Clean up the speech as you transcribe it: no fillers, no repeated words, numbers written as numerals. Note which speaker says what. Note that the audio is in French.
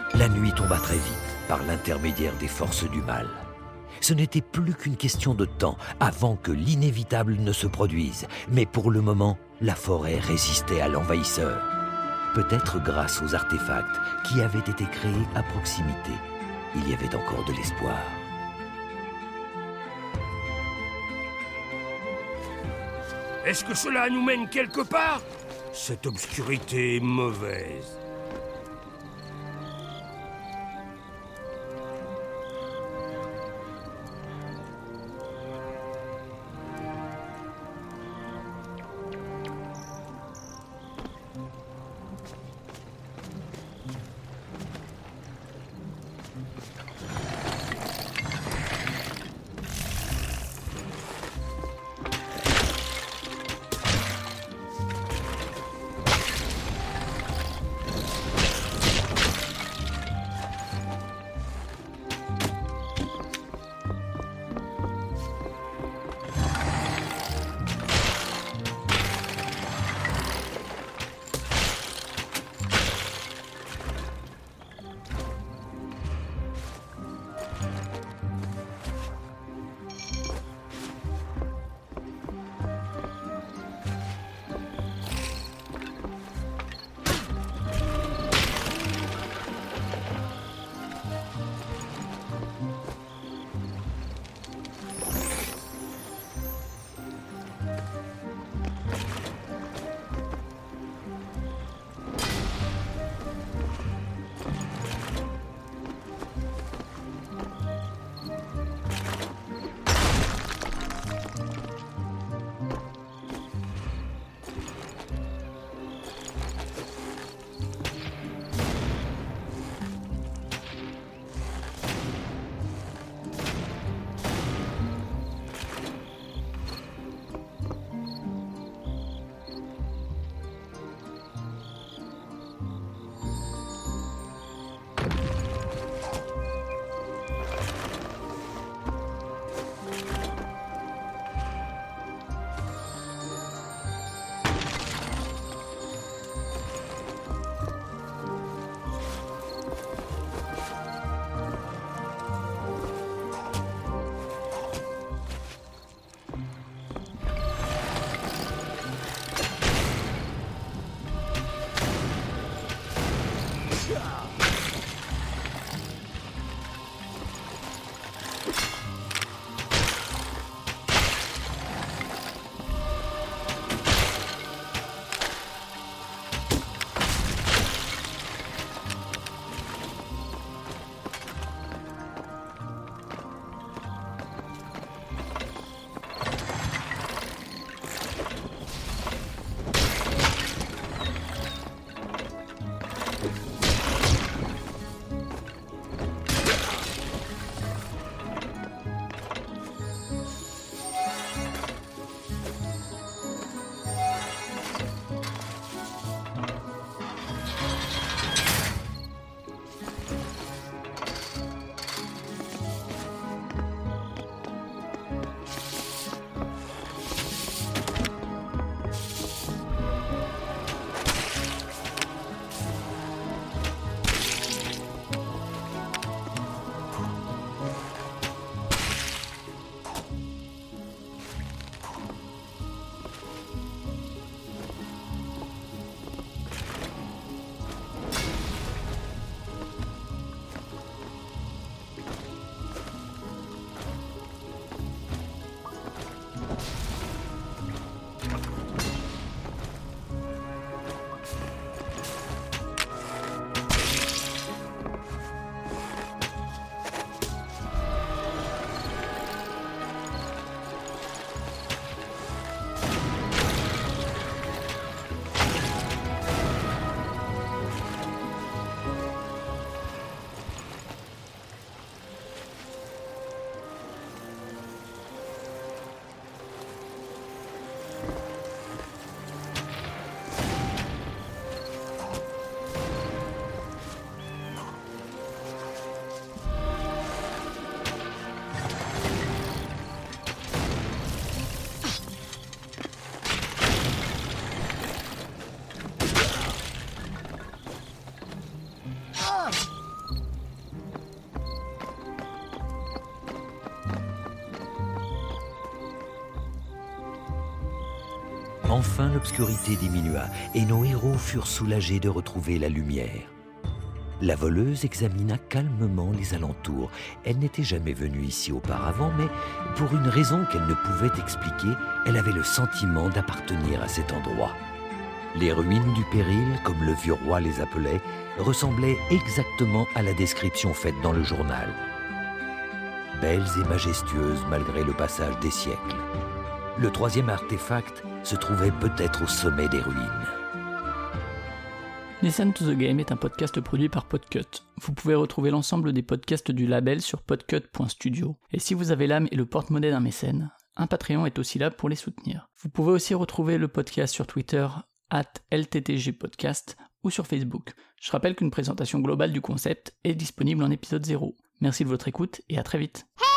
Speaker 1: La nuit tomba très vite par l'intermédiaire des forces du mal. Ce n'était plus qu'une question de temps avant que l'inévitable ne se produise. Mais pour le moment, la forêt résistait à l'envahisseur. Peut-être grâce aux artefacts qui avaient été créés à proximité. Il y avait encore de l'espoir.
Speaker 2: Est-ce que cela nous mène quelque part? Cette obscurité est mauvaise.
Speaker 1: Enfin, l'obscurité diminua et nos héros furent soulagés de retrouver la lumière. La voleuse examina calmement les alentours. Elle n'était jamais venue ici auparavant, mais pour une raison qu'elle ne pouvait expliquer, elle avait le sentiment d'appartenir à cet endroit. Les ruines du péril, comme le vieux roi les appelait, ressemblaient exactement à la description faite dans le journal. Belles et majestueuses malgré le passage des siècles. Le troisième artefact se trouvait peut-être au sommet des ruines.
Speaker 3: Listen to the Game est un podcast produit par Podcut. Vous pouvez retrouver l'ensemble des podcasts du label sur podcut.studio. Et si vous avez l'âme et le porte-monnaie d'un mécène, un Patreon est aussi là pour les soutenir. Vous pouvez aussi retrouver le podcast sur Twitter @LTTGpodcast ou sur Facebook. Je rappelle qu'une présentation globale du concept est disponible en épisode 0. Merci de votre écoute et à très vite.